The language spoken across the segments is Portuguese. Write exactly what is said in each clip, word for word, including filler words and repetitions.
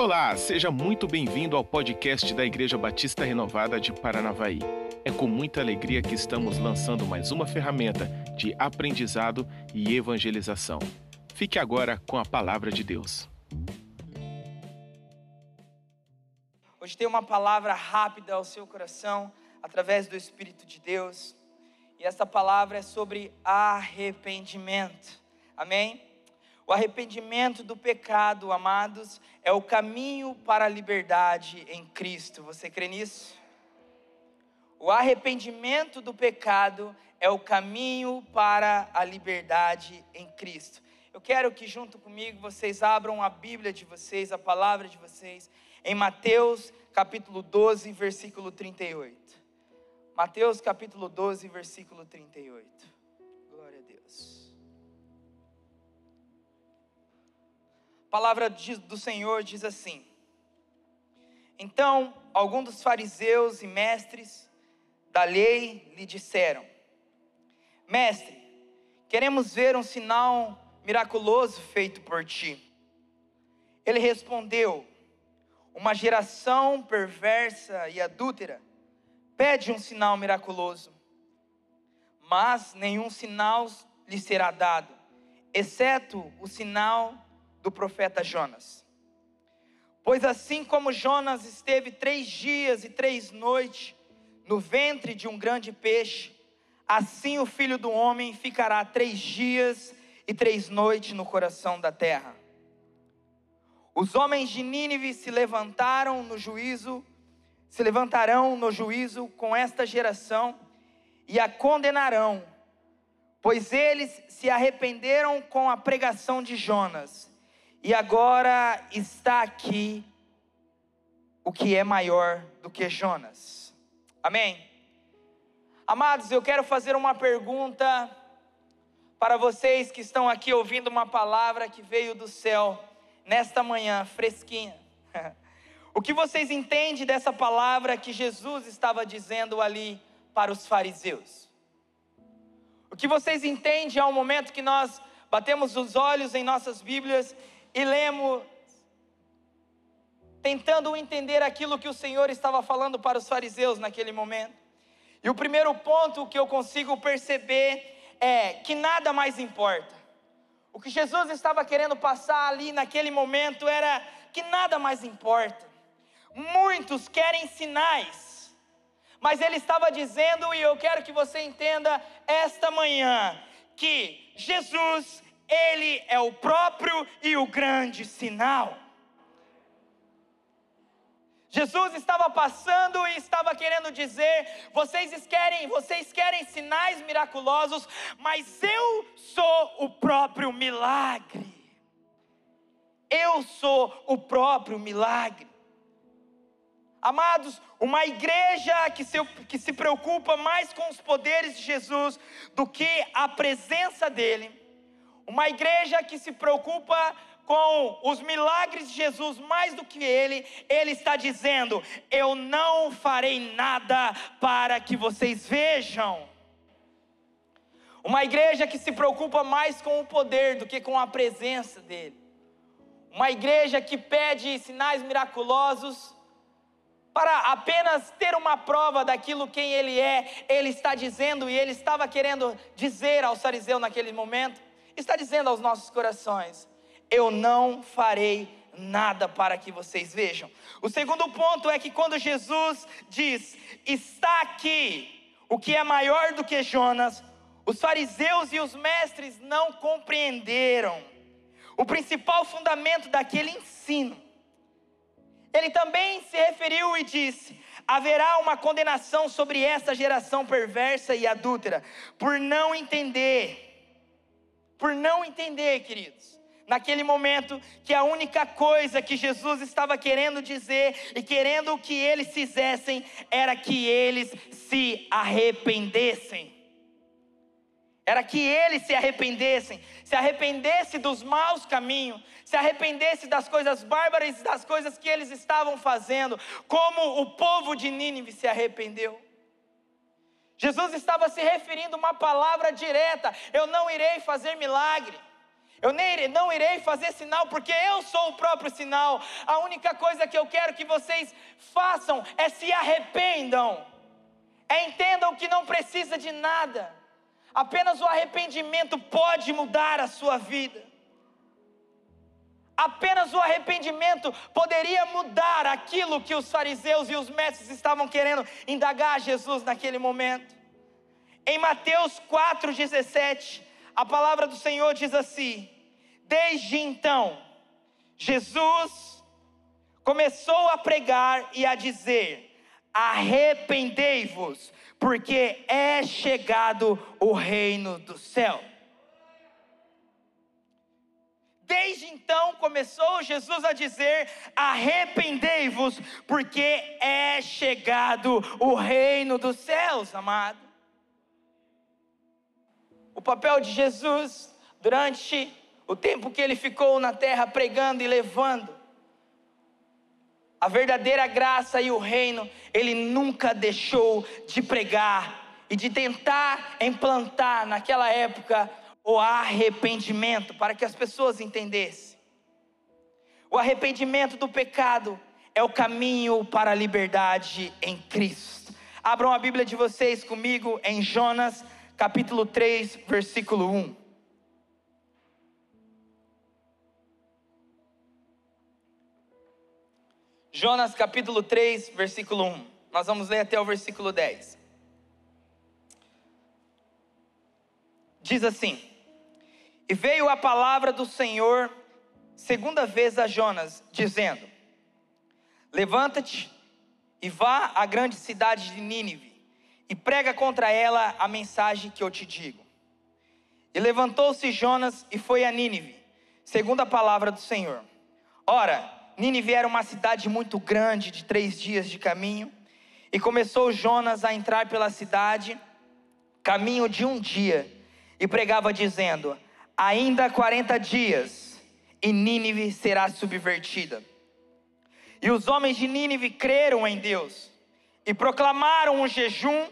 Olá, seja muito bem-vindo ao podcast da Igreja Batista Renovada de Paranavaí. É com muita alegria que estamos lançando mais uma ferramenta de aprendizado e evangelização. Fique agora com a palavra de Deus. Hoje tem uma palavra rápida ao seu coração, através do Espírito de Deus. E essa palavra é sobre arrependimento. Amém? O arrependimento do pecado, amados, é o caminho para a liberdade em Cristo. Você crê nisso? O arrependimento do pecado é o caminho para a liberdade em Cristo. Eu quero que junto comigo vocês abram a Bíblia de vocês, a palavra de vocês, em Mateus capítulo doze, versículo trinta e oito. Mateus capítulo doze, versículo trinta e oito. Glória a Deus. A palavra do Senhor diz assim: Então, alguns dos fariseus e mestres da lei lhe disseram: Mestre, queremos ver um sinal miraculoso feito por ti. Ele respondeu: Uma geração perversa e adúltera pede um sinal miraculoso, mas nenhum sinal lhe será dado, exceto o sinal do profeta Jonas. Pois assim como Jonas esteve três dias e três noites no ventre de um grande peixe, assim o Filho do Homem ficará três dias e três noites no coração da terra. Os homens de Nínive se levantaram no juízo, se levantarão no juízo com esta geração e a condenarão, pois eles se arrependeram com a pregação de Jonas. E agora está aqui o que é maior do que Jonas. Amém? Amados, eu quero fazer uma pergunta para vocês que estão aqui ouvindo uma palavra que veio do céu nesta manhã, fresquinha. O que vocês entendem dessa palavra que Jesus estava dizendo ali para os fariseus? O que vocês entendem ao momento que nós batemos os olhos em nossas Bíblias e lemos, tentando entender aquilo que o Senhor estava falando para os fariseus naquele momento? E o primeiro ponto que eu consigo perceber é que nada mais importa. O que Jesus estava querendo passar ali naquele momento era que nada mais importa. Muitos querem sinais, mas Ele estava dizendo, e eu quero que você entenda esta manhã, que Jesus, Ele é o próprio e o grande sinal. Jesus estava passando e estava querendo dizer: vocês querem, vocês querem sinais miraculosos, mas eu sou o próprio milagre. Eu sou o próprio milagre. Amados, uma igreja que se, que se preocupa mais com os poderes de Jesus do que a presença dEle, uma igreja que se preocupa com os milagres de Jesus mais do que Ele, Ele está dizendo: eu não farei nada para que vocês vejam. Uma igreja que se preocupa mais com o poder do que com a presença dEle. Uma igreja que pede sinais miraculosos para apenas ter uma prova daquilo quem Ele é. Ele está dizendo, e Ele estava querendo dizer aos fariseus naquele momento, está dizendo aos nossos corações: eu não farei nada para que vocês vejam. O segundo ponto é que quando Jesus diz: está aqui o que é maior do que Jonas, os fariseus e os mestres não compreenderam o principal fundamento daquele ensino. Ele também se referiu e disse: haverá uma condenação sobre essa geração perversa e adúltera, por não entender, por não entender, queridos, naquele momento, que a única coisa que Jesus estava querendo dizer e querendo que eles fizessem era que eles se arrependessem. Era que eles se arrependessem, se arrependessem dos maus caminhos, se arrependessem das coisas bárbaras e das coisas que eles estavam fazendo, como o povo de Nínive se arrependeu. Jesus estava se referindo a uma palavra direta: eu não irei fazer milagre, Eu nem, não irei fazer sinal, porque eu sou o próprio sinal. A única coisa que eu quero que vocês façam é se arrependam. É entendam que não precisa de nada. Apenas o arrependimento pode mudar a sua vida. Apenas o arrependimento poderia mudar aquilo que os fariseus e os mestres estavam querendo indagar a Jesus naquele momento. Em Mateus quatro, dezessete, a palavra do Senhor diz assim: desde então, Jesus começou a pregar e a dizer: arrependei-vos, porque é chegado o reino do céu. Desde então começou Jesus a dizer: arrependei-vos, porque é chegado o reino dos céus, amado. O papel de Jesus durante o tempo que ele ficou na terra pregando e levando a verdadeira graça e o reino, ele nunca deixou de pregar e de tentar implantar naquela época o arrependimento, para que as pessoas entendessem. O arrependimento do pecado é o caminho para a liberdade em Cristo. Abram a Bíblia de vocês comigo em Jonas, capítulo três, versículo um. Jonas, capítulo três, versículo um. Nós vamos ler até o versículo dez. Diz assim: e veio a palavra do Senhor segunda vez a Jonas, dizendo: levanta-te e vá à grande cidade de Nínive, e prega contra ela a mensagem que eu te digo. E levantou-se Jonas e foi a Nínive, segundo a palavra do Senhor. Ora, Nínive era uma cidade muito grande, de três dias de caminho. E começou Jonas a entrar pela cidade, caminho de um dia, e pregava dizendo: ainda quarenta dias, e Nínive será subvertida. E os homens de Nínive creram em Deus, e proclamaram um jejum,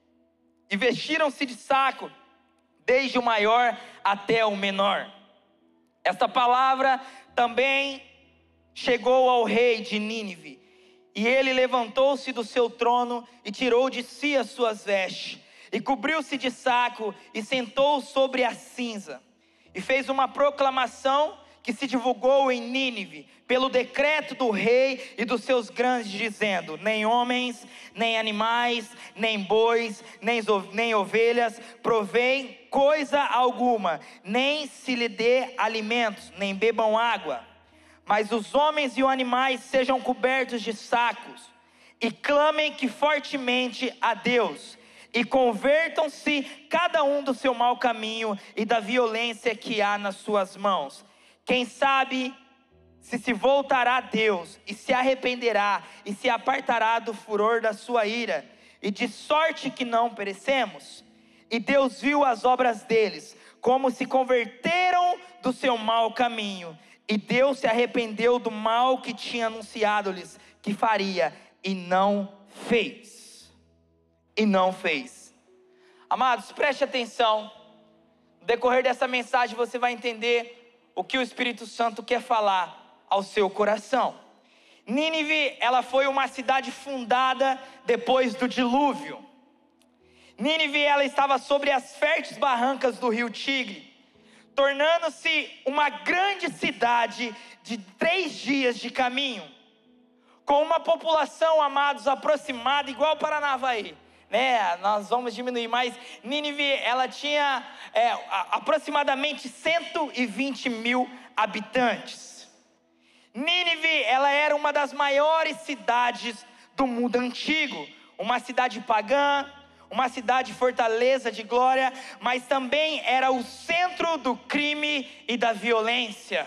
e vestiram-se de saco, desde o maior até o menor. Esta palavra também chegou ao rei de Nínive, e ele levantou-se do seu trono, e tirou de si as suas vestes, e cobriu-se de saco, e sentou sobre a cinza, e fez uma proclamação que se divulgou em Nínive, pelo decreto do rei e dos seus grandes, dizendo: nem homens, nem animais, nem bois, nem, nem ovelhas, provém coisa alguma, nem se lhe dê alimentos, nem bebam água. Mas os homens e os animais sejam cobertos de sacos, e clamem que fortemente a Deus, e convertam-se cada um do seu mau caminho e da violência que há nas suas mãos. Quem sabe se se voltará a Deus, e se arrependerá, e se apartará do furor da sua ira, e de sorte que não perecemos. E Deus viu as obras deles, como se converteram do seu mau caminho, e Deus se arrependeu do mal que tinha anunciado-lhes que faria, e não fez. E não fez. Amados, preste atenção. No decorrer dessa mensagem você vai entender o que o Espírito Santo quer falar ao seu coração. Nínive, ela foi uma cidade fundada depois do dilúvio. Nínive, ela estava sobre as férteis barrancas do rio Tigre, tornando-se uma grande cidade de três dias de caminho, com uma população, amados, aproximada, igual Paranavaí, né? Nós vamos diminuir, mas Nínive, ela tinha é, aproximadamente cento e vinte mil habitantes. Nínive, ela era uma das maiores cidades do mundo antigo, uma cidade pagã, uma cidade fortaleza de glória, mas também era o centro do crime e da violência.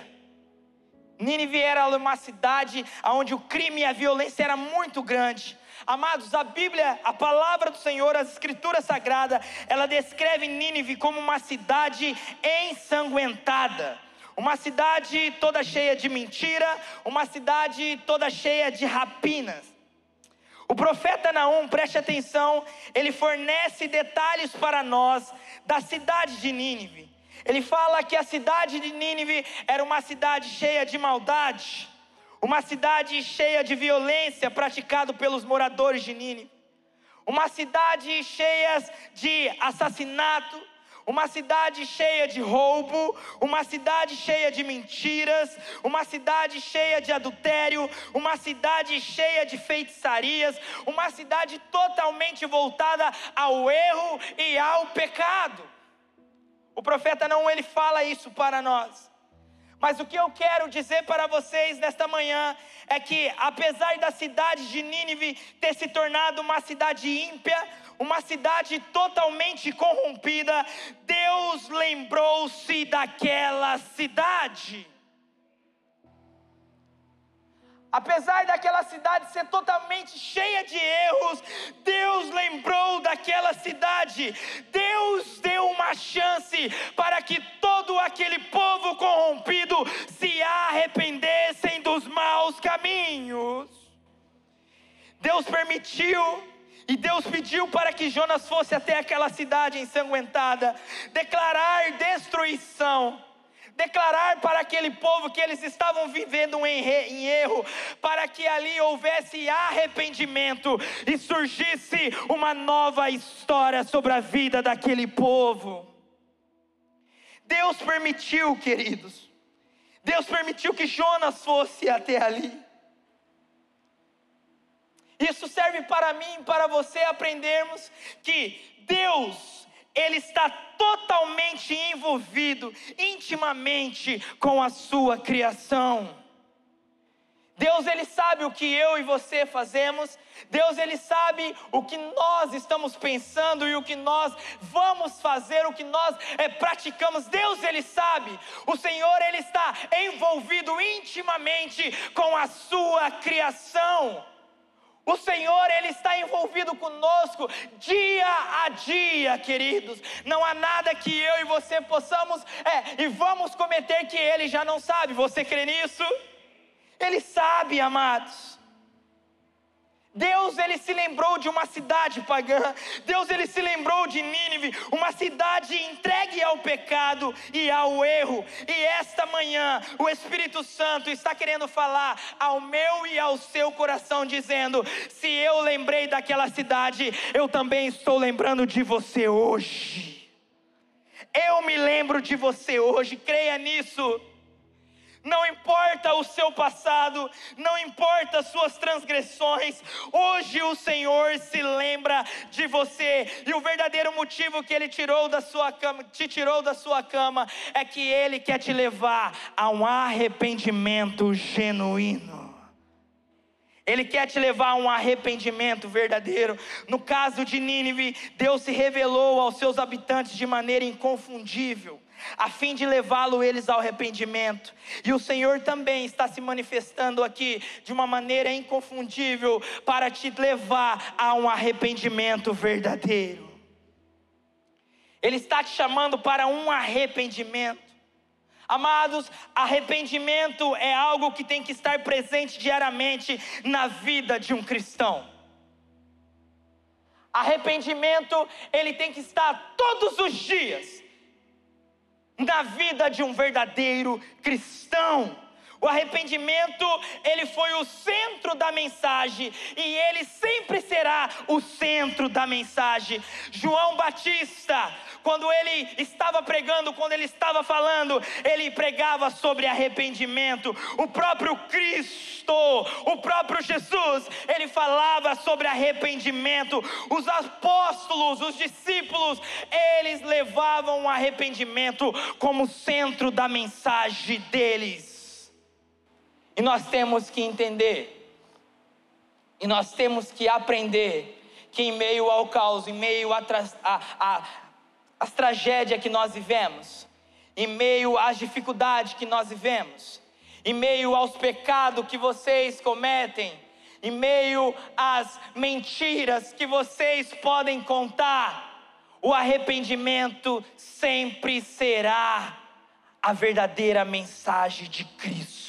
Nínive era uma cidade onde o crime e a violência era muito grande. Amados, a Bíblia, a palavra do Senhor, as escrituras sagradas, ela descreve Nínive como uma cidade ensanguentada, uma cidade toda cheia de mentira, uma cidade toda cheia de rapinas. O profeta Naum, preste atenção, ele fornece detalhes para nós da cidade de Nínive. Ele fala que a cidade de Nínive era uma cidade cheia de maldade, uma cidade cheia de violência praticada pelos moradores de Nínive, uma cidade cheia de assassinato, uma cidade cheia de roubo, uma cidade cheia de mentiras, uma cidade cheia de adultério, uma cidade cheia de feitiçarias, uma cidade totalmente voltada ao erro e ao pecado. O profeta Naum, ele fala isso para nós. Mas o que eu quero dizer para vocês nesta manhã é que, apesar da cidade de Nínive ter se tornado uma cidade ímpia, uma cidade totalmente corrompida, Deus lembrou-se daquela cidade. Apesar daquela cidade ser totalmente cheia de erros, Deus lembrou daquela cidade. Deus deu uma chance para que todo aquele povo corrompido se arrependessem dos maus caminhos. Deus permitiu e Deus pediu para que Jonas fosse até aquela cidade ensanguentada, declarar destruição. Declarar para aquele povo que eles estavam vivendo em erro, para que ali houvesse arrependimento e surgisse uma nova história sobre a vida daquele povo. Deus permitiu, queridos, Deus permitiu que Jonas fosse até ali. Isso serve para mim e para você aprendermos que Deus, Ele está totalmente envolvido, intimamente com a sua criação. Deus, Ele sabe o que eu e você fazemos. Deus, Ele sabe o que nós estamos pensando e o que nós vamos fazer, o que nós é, praticamos. Deus, Ele sabe. O Senhor, Ele está envolvido intimamente com a sua criação. O Senhor, Ele está envolvido conosco dia a dia, queridos. Não há nada que eu e você possamos é, e vamos cometer que Ele já não sabe. Você crê nisso? Ele sabe, amados. Deus, Ele se lembrou de uma cidade pagã. Deus, Ele se lembrou de Nínive, uma cidade entregue ao pecado e ao erro. E esta manhã, o Espírito Santo está querendo falar ao meu e ao seu coração, dizendo: se eu lembrei daquela cidade, eu também estou lembrando de você hoje. Eu me lembro de você hoje, creia nisso. Não importa o seu passado, não importa as suas transgressões, hoje o Senhor se lembra de você. E o verdadeiro motivo que Ele tirou da sua cama, te tirou da sua cama é que Ele quer te levar a um arrependimento genuíno. Ele quer te levar a um arrependimento verdadeiro. No caso de Nínive, Deus se revelou aos seus habitantes de maneira inconfundível, a fim de levá-lo eles ao arrependimento. E o Senhor também está se manifestando aqui de uma maneira inconfundível para te levar a um arrependimento verdadeiro. Ele está te chamando para um arrependimento. Amados, arrependimento é algo que tem que estar presente diariamente na vida de um cristão. Arrependimento, ele tem que estar todos os dias na vida de um verdadeiro cristão. O arrependimento, ele foi o centro da mensagem e ele sempre será o centro da mensagem. João Batista, quando ele estava pregando, quando ele estava falando, ele pregava sobre arrependimento. O próprio Cristo, o próprio Jesus, ele falava sobre arrependimento. Os apóstolos, os discípulos, eles levavam o arrependimento como centro da mensagem deles. E nós temos que entender, e nós temos que aprender que em meio ao caos, em meio às a, a, a, tragédias que nós vivemos, em meio às dificuldades que nós vivemos, em meio aos pecados que vocês cometem, em meio às mentiras que vocês podem contar, o arrependimento sempre será a verdadeira mensagem de Cristo.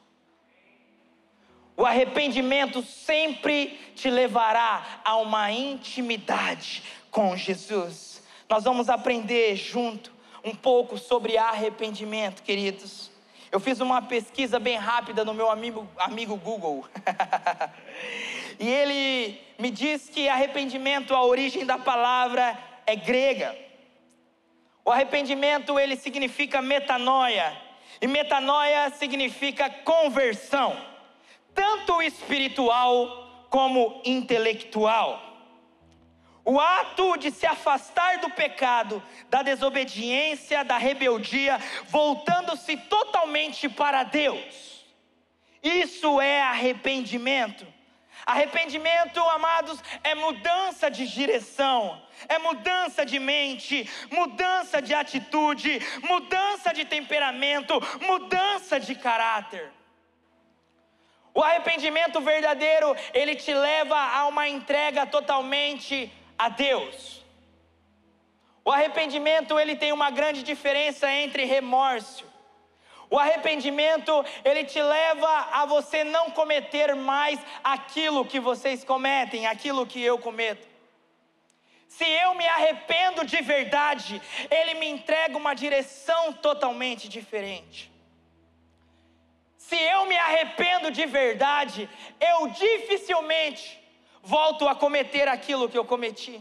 O arrependimento sempre te levará a uma intimidade com Jesus. Nós vamos aprender junto um pouco sobre arrependimento, queridos. Eu fiz uma pesquisa bem rápida no meu amigo, amigo Google. E ele me diz que arrependimento, a origem da palavra é grega. O arrependimento, ele significa metanoia. E metanoia significa conversão, tanto espiritual como intelectual. O ato de se afastar do pecado, da desobediência, da rebeldia, voltando-se totalmente para Deus. Isso é arrependimento. Arrependimento, amados, é mudança de direção, é mudança de mente, mudança de atitude, mudança de temperamento, mudança de caráter. O arrependimento verdadeiro, ele te leva a uma entrega totalmente a Deus. O arrependimento, ele tem uma grande diferença entre remorso. O arrependimento, ele te leva a você não cometer mais aquilo que vocês cometem, aquilo que eu cometo. Se eu me arrependo de verdade, ele me entrega uma direção totalmente diferente. Se eu me arrependo de verdade, eu dificilmente volto a cometer aquilo que eu cometi.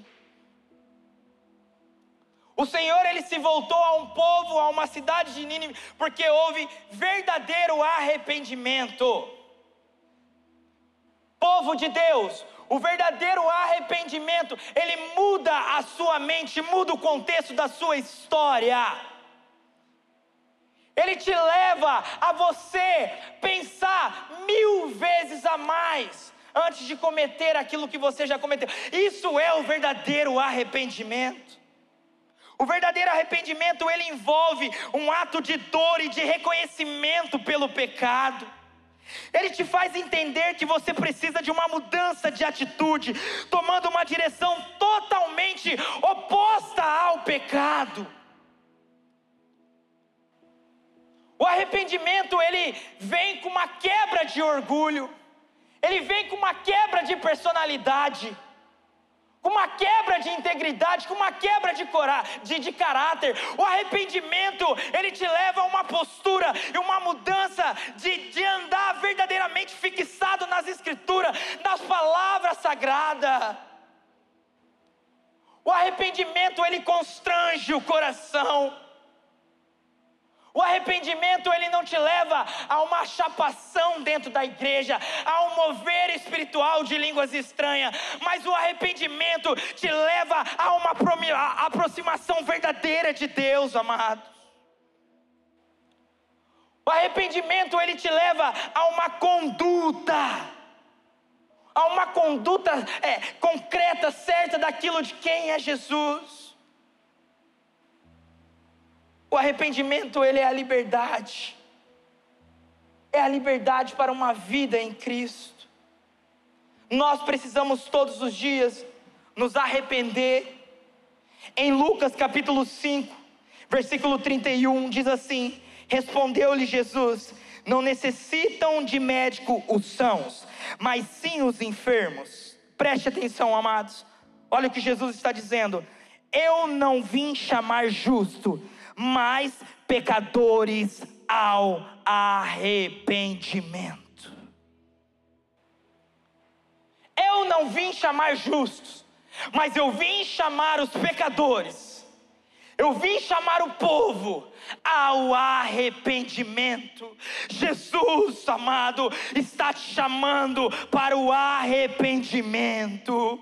O Senhor, ele se voltou a um povo, a uma cidade de Nínive, porque houve verdadeiro arrependimento. Povo de Deus, o verdadeiro arrependimento, ele muda a sua mente, muda o contexto da sua história. Ele te leva a você pensar mil vezes a mais antes de cometer aquilo que você já cometeu. Isso é o verdadeiro arrependimento. O verdadeiro arrependimento, ele envolve um ato de dor e de reconhecimento pelo pecado. Ele te faz entender que você precisa de uma mudança de atitude, tomando uma direção totalmente oposta ao pecado. O arrependimento, ele vem com uma quebra de orgulho, ele vem com uma quebra de personalidade, com uma quebra de integridade, com uma quebra de, cora- de, de caráter. O arrependimento, ele te leva a uma postura e uma mudança de, de andar verdadeiramente fixado nas escrituras, nas palavras sagradas. O arrependimento, ele constrange o coração. O arrependimento, ele não te leva a uma chapação dentro da igreja, a um mover espiritual de línguas estranhas, mas o arrependimento te leva a uma aproximação verdadeira de Deus, amados. O arrependimento, ele te leva a uma conduta, a uma conduta é, concreta, certa daquilo de quem é Jesus. O arrependimento, ele é a liberdade, é a liberdade para uma vida em Cristo. Nós precisamos todos os dias nos arrepender. Em Lucas capítulo cinco, versículo trinta e um, diz assim: respondeu-lhe Jesus: não necessitam de médico os sãos, mas sim os enfermos. Preste atenção, amados, olha o que Jesus está dizendo: eu não vim chamar justo, mas pecadores ao arrependimento. Eu não vim chamar justos, mas eu vim chamar os pecadores. Eu vim chamar o povo ao arrependimento. Jesus, amado, está te chamando para o arrependimento.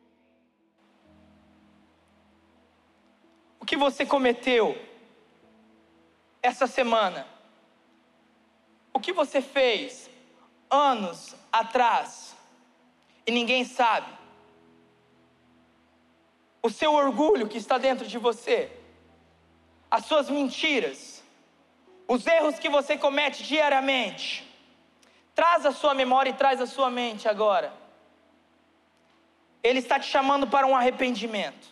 O que você cometeu essa semana? O que você fez anos atrás e ninguém sabe? O seu orgulho que está dentro de você, as suas mentiras, os erros que você comete diariamente, traz a sua memória e traz a sua mente agora. Ele está te chamando para um arrependimento.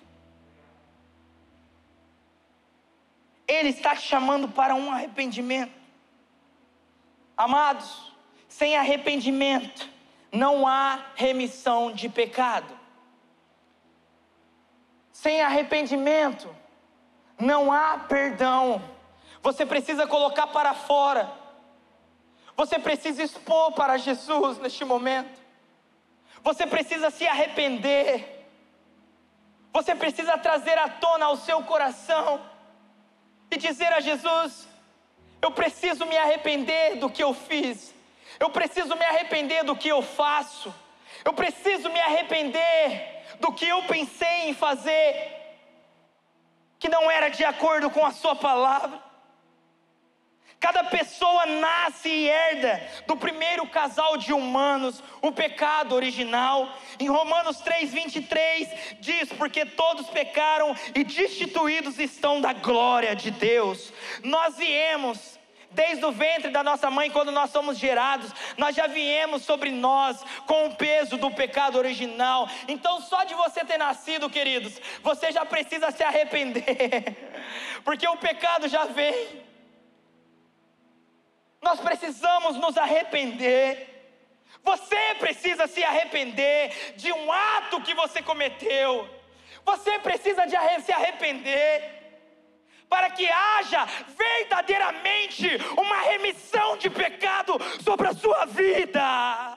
Ele está te chamando para um arrependimento. Amados, sem arrependimento não há remissão de pecado. Sem arrependimento não há perdão. Você precisa colocar para fora. Você precisa expor para Jesus neste momento. Você precisa se arrepender. Você precisa trazer à tona ao seu coração e dizer a Jesus: eu preciso me arrepender do que eu fiz. Eu preciso me arrepender do que eu faço. Eu preciso me arrepender do que eu pensei em fazer, que não era de acordo com a sua palavra. Cada pessoa nasce e herda do primeiro casal de humanos o pecado original. Em Romanos três, vinte e três diz: porque todos pecaram e destituídos estão da glória de Deus. Nós viemos desde o ventre da nossa mãe, quando nós somos gerados, nós já viemos sobre nós com o peso do pecado original. Então só de você ter nascido, queridos, você já precisa se arrepender, porque o pecado já veio. Nós precisamos nos arrepender. Você precisa se arrepender de um ato que você cometeu. Você precisa de se arrepender para que haja verdadeiramente uma remissão de pecado sobre a sua vida.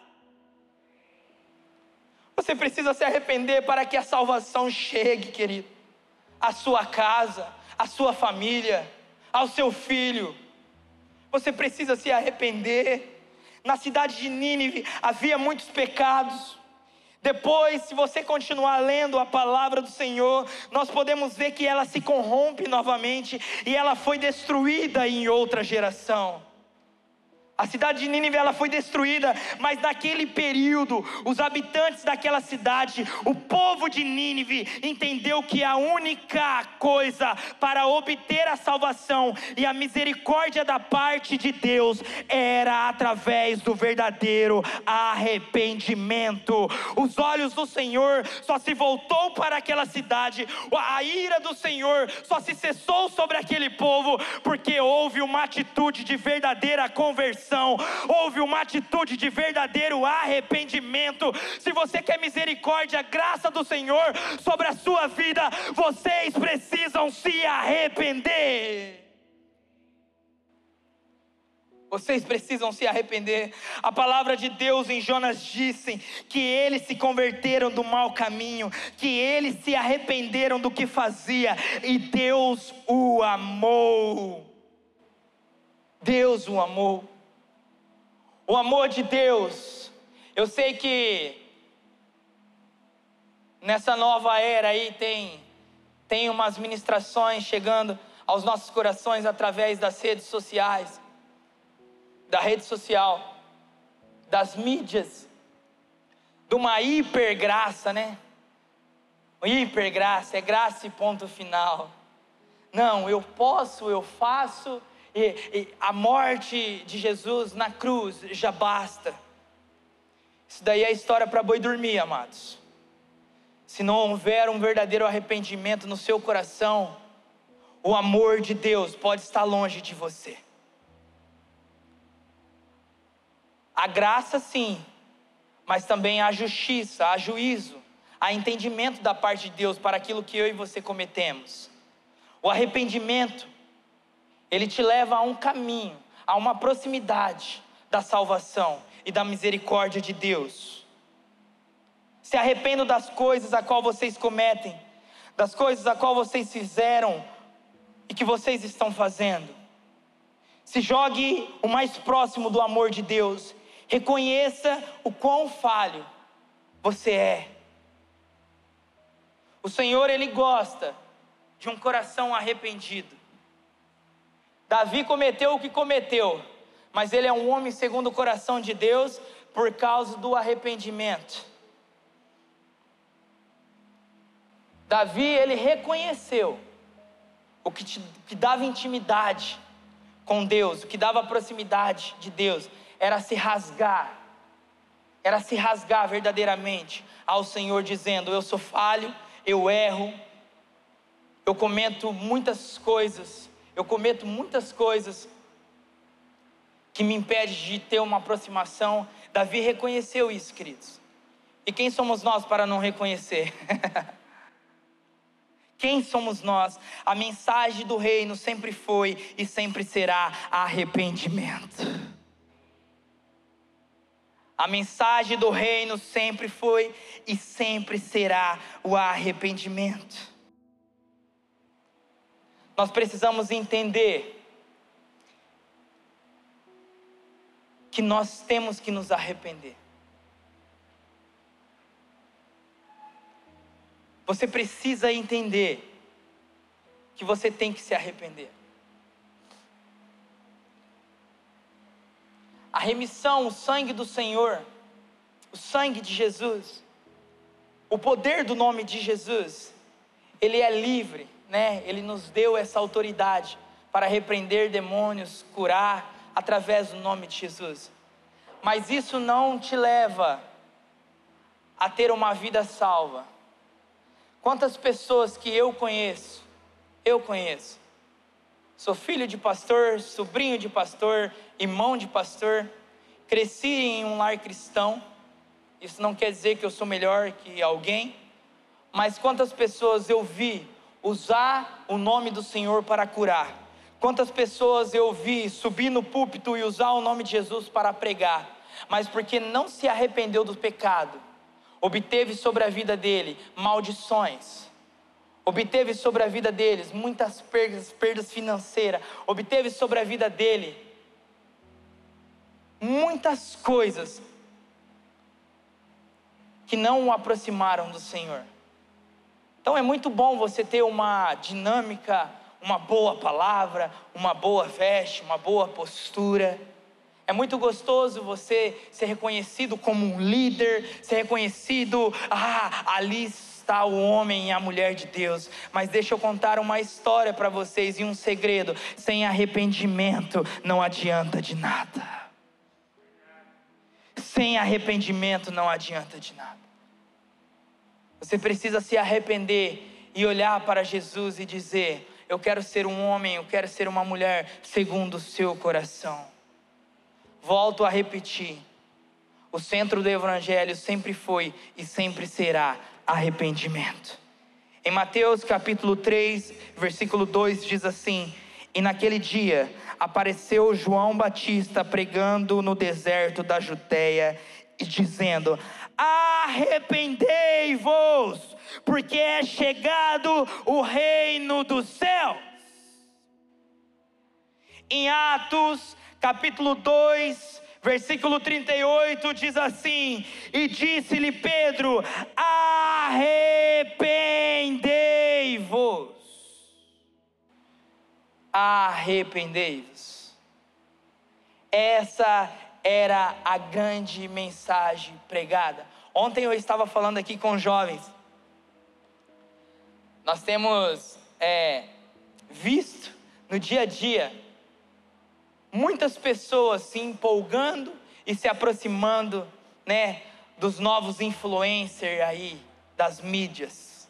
Você precisa se arrepender para que a salvação chegue, querido, à sua casa, à sua família, ao seu filho. Você precisa se arrepender. Na cidade de Nínive havia muitos pecados. Depois, se você continuar lendo a palavra do Senhor, nós podemos ver que ela se corrompe novamente e ela foi destruída em outra geração. A cidade de Nínive, ela foi destruída, mas naquele período, os habitantes daquela cidade, o povo de Nínive, entendeu que a única coisa para obter a salvação e a misericórdia da parte de Deus era através do verdadeiro arrependimento. Os olhos do Senhor só se voltou para aquela cidade, a ira do Senhor só se cessou sobre aquele povo, porque houve uma atitude de verdadeira conversão. Houve uma atitude de verdadeiro arrependimento. Se você quer misericórdia, graça do Senhor sobre a sua vida, vocês precisam se arrepender. Vocês precisam se arrepender. A palavra de Deus em Jonas disse que eles se converteram do mau caminho, que eles se arrependeram do que fazia, e Deus o amou. Deus o amou. O amor de Deus. Eu sei que nessa nova era aí tem, tem umas ministrações chegando aos nossos corações através das redes sociais, da rede social, das mídias, de uma hipergraça, né? Hipergraça, é graça e ponto final. Não, eu posso, eu faço... E, e a morte de Jesus na cruz já basta. Isso daí é história para boi dormir, amados. Se não houver um verdadeiro arrependimento no seu coração, o amor de Deus pode estar longe de você. A graça sim, mas também há justiça, há juízo, há entendimento da parte de Deus para aquilo que eu e você cometemos. O arrependimento, ele te leva a um caminho, a uma proximidade da salvação e da misericórdia de Deus. Se arrependam das coisas a qual vocês cometem, das coisas a qual vocês fizeram e que vocês estão fazendo. Se jogue o mais próximo do amor de Deus. Reconheça o quão falho você é. O Senhor, Ele gosta de um coração arrependido. Davi cometeu o que cometeu, mas ele é um homem segundo o coração de Deus por causa do arrependimento. Davi, ele reconheceu o que, te, que dava intimidade com Deus, o que dava proximidade de Deus, era se rasgar, era se rasgar verdadeiramente ao Senhor, dizendo: eu sou falho, eu erro, eu cometo muitas coisas, eu cometo muitas coisas que me impedem de ter uma aproximação. Davi reconheceu isso, queridos. E quem somos nós para não reconhecer? Quem somos nós? A mensagem do reino sempre foi e sempre será arrependimento. A mensagem do reino sempre foi e sempre será o arrependimento. Nós precisamos entender que nós temos que nos arrepender. Você precisa entender que você tem que se arrepender. A remissão, o sangue do Senhor, o sangue de Jesus, o poder do nome de Jesus, ele é livre, né? Ele nos deu essa autoridade para repreender demônios, curar, através do nome de Jesus. Mas isso não te leva a ter uma vida salva. Quantas pessoas que eu conheço, eu conheço, sou filho de pastor, sobrinho de pastor, irmão de pastor, cresci em um lar cristão. Isso não quer dizer que eu sou melhor que alguém, mas quantas pessoas eu vi usar o nome do Senhor para curar, quantas pessoas eu vi subir no púlpito e usar o nome de Jesus para pregar, mas porque não se arrependeu do pecado, obteve sobre a vida dele maldições, obteve sobre a vida deles muitas perdas, perdas financeiras, obteve sobre a vida dele muitas coisas que não o aproximaram do Senhor. Então é muito bom você ter uma dinâmica, uma boa palavra, uma boa veste, uma boa postura. É muito gostoso você ser reconhecido como um líder, ser reconhecido, ah, ali está o homem e a mulher de Deus. Mas deixa eu contar uma história para vocês e um segredo: sem arrependimento não adianta de nada. Sem arrependimento não adianta de nada. Você precisa se arrepender e olhar para Jesus e dizer: eu quero ser um homem, eu quero ser uma mulher segundo o seu coração. Volto a repetir, o centro do evangelho sempre foi e sempre será arrependimento. Em Mateus capítulo três, versículo dois diz assim: e naquele dia apareceu João Batista pregando no deserto da Judeia e dizendo: arrependei-vos, porque é chegado o reino dos céus. Em Atos capítulo dois, versículo trinta e oito diz assim: e disse-lhe Pedro: arrependei-vos. Arrependei-vos. Essa era a grande mensagem pregada. Ontem eu estava falando aqui com jovens. Nós temos é, visto no dia a dia muitas pessoas se empolgando e se aproximando, né, dos novos influencers aí, das mídias.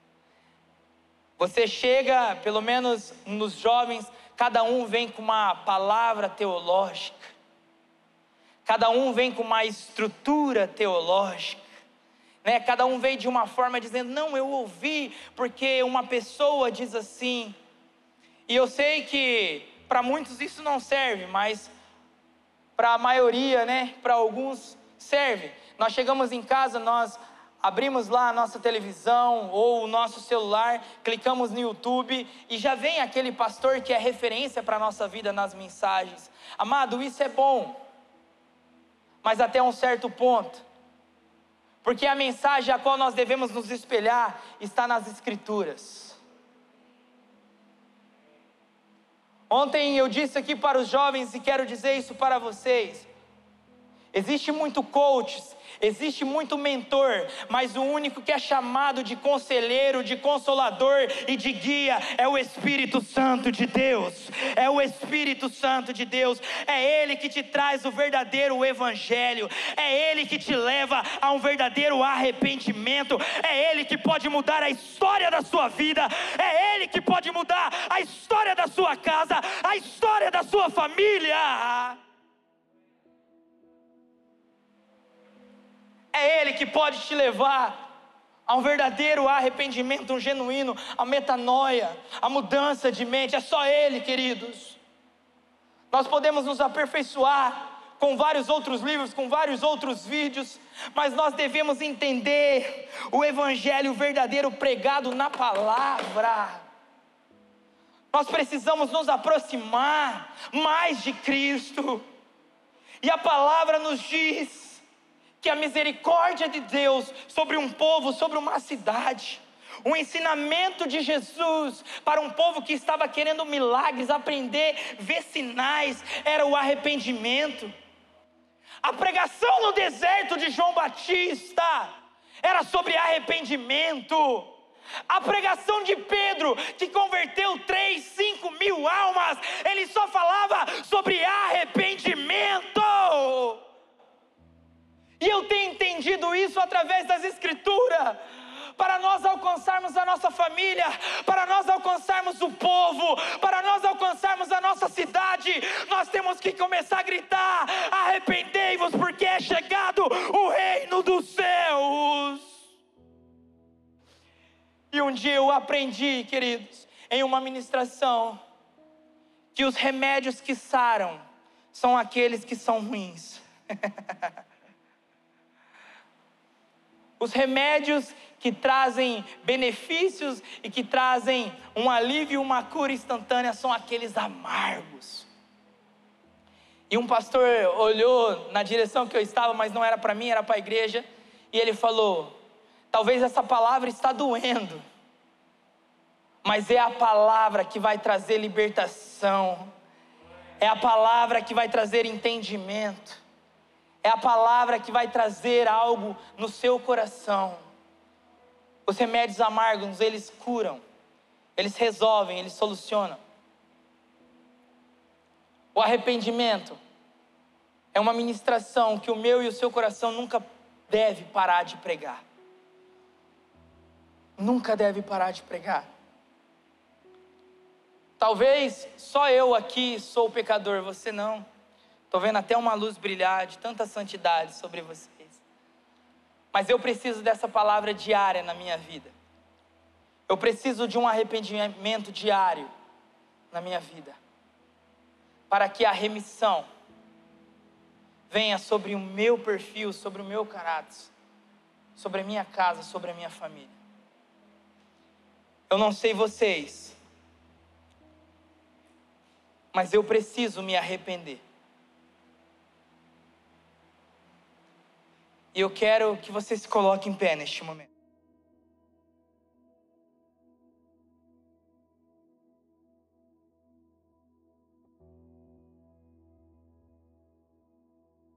Você chega, pelo menos nos jovens, cada um vem com uma palavra teológica, cada um vem com uma estrutura teológica, né? Cada um vem de uma forma dizendo: não, eu ouvi porque uma pessoa diz assim. E eu sei que para muitos isso não serve, mas para a maioria, né, para alguns serve. Nós chegamos em casa, nós abrimos lá a nossa televisão ou o nosso celular, clicamos no YouTube e já vem aquele pastor que é referência para a nossa vida nas mensagens. Amado, isso é bom, mas até um certo ponto, porque a mensagem a qual nós devemos nos espelhar está nas Escrituras. Ontem eu disse aqui para os jovens e quero dizer isso para vocês: existe muito coaches, existe muito mentor, mas o único que é chamado de conselheiro, de consolador e de guia é o Espírito Santo de Deus. É o Espírito Santo de Deus. É Ele que te traz o verdadeiro evangelho. É Ele que te leva a um verdadeiro arrependimento. É Ele que pode mudar a história da sua vida. É Ele que pode mudar a história da sua casa, a história da sua família. É Ele que pode te levar Há um verdadeiro arrependimento, um genuíno, a metanoia, a mudança de mente. É só Ele, queridos. Nós podemos nos aperfeiçoar com vários outros livros, com vários outros vídeos, mas nós devemos entender o evangelho verdadeiro pregado na palavra. Nós precisamos nos aproximar mais de Cristo. E a palavra nos diz que a misericórdia de Deus sobre um povo, sobre uma cidade, o ensinamento de Jesus para um povo que estava querendo milagres, aprender, ver sinais, era o arrependimento. A pregação no deserto de João Batista era sobre arrependimento. A pregação de Pedro, que converteu três, cinco mil almas, ele só falava sobre arrependimento. E eu tenho entendido isso através das Escrituras. Para nós alcançarmos a nossa família, para nós alcançarmos o povo, para nós alcançarmos a nossa cidade, nós temos que começar a gritar: arrependei-vos, porque é chegado o reino dos céus. E um dia eu aprendi, queridos, em uma ministração, que os remédios que saram são aqueles que são ruins. Os remédios que trazem benefícios e que trazem um alívio, uma cura instantânea, são aqueles amargos. E um pastor olhou na direção que eu estava, mas não era para mim, era para a igreja, e ele falou: talvez essa palavra está doendo, mas é a palavra que vai trazer libertação, é a palavra que vai trazer entendimento, é a palavra que vai trazer algo no seu coração. Os remédios amargos, eles curam, eles resolvem, eles solucionam. O arrependimento é uma ministração que o meu e o seu coração nunca deve parar de pregar. Nunca deve parar de pregar. Talvez só eu aqui sou o pecador, você não. Estou vendo até uma luz brilhar de tanta santidade sobre vocês. Mas eu preciso dessa palavra diária na minha vida. Eu preciso de um arrependimento diário na minha vida, para que a remissão venha sobre o meu perfil, sobre o meu caráter, sobre a minha casa, sobre a minha família. Eu não sei vocês, mas eu preciso me arrepender. E eu quero que você se coloque em pé neste momento.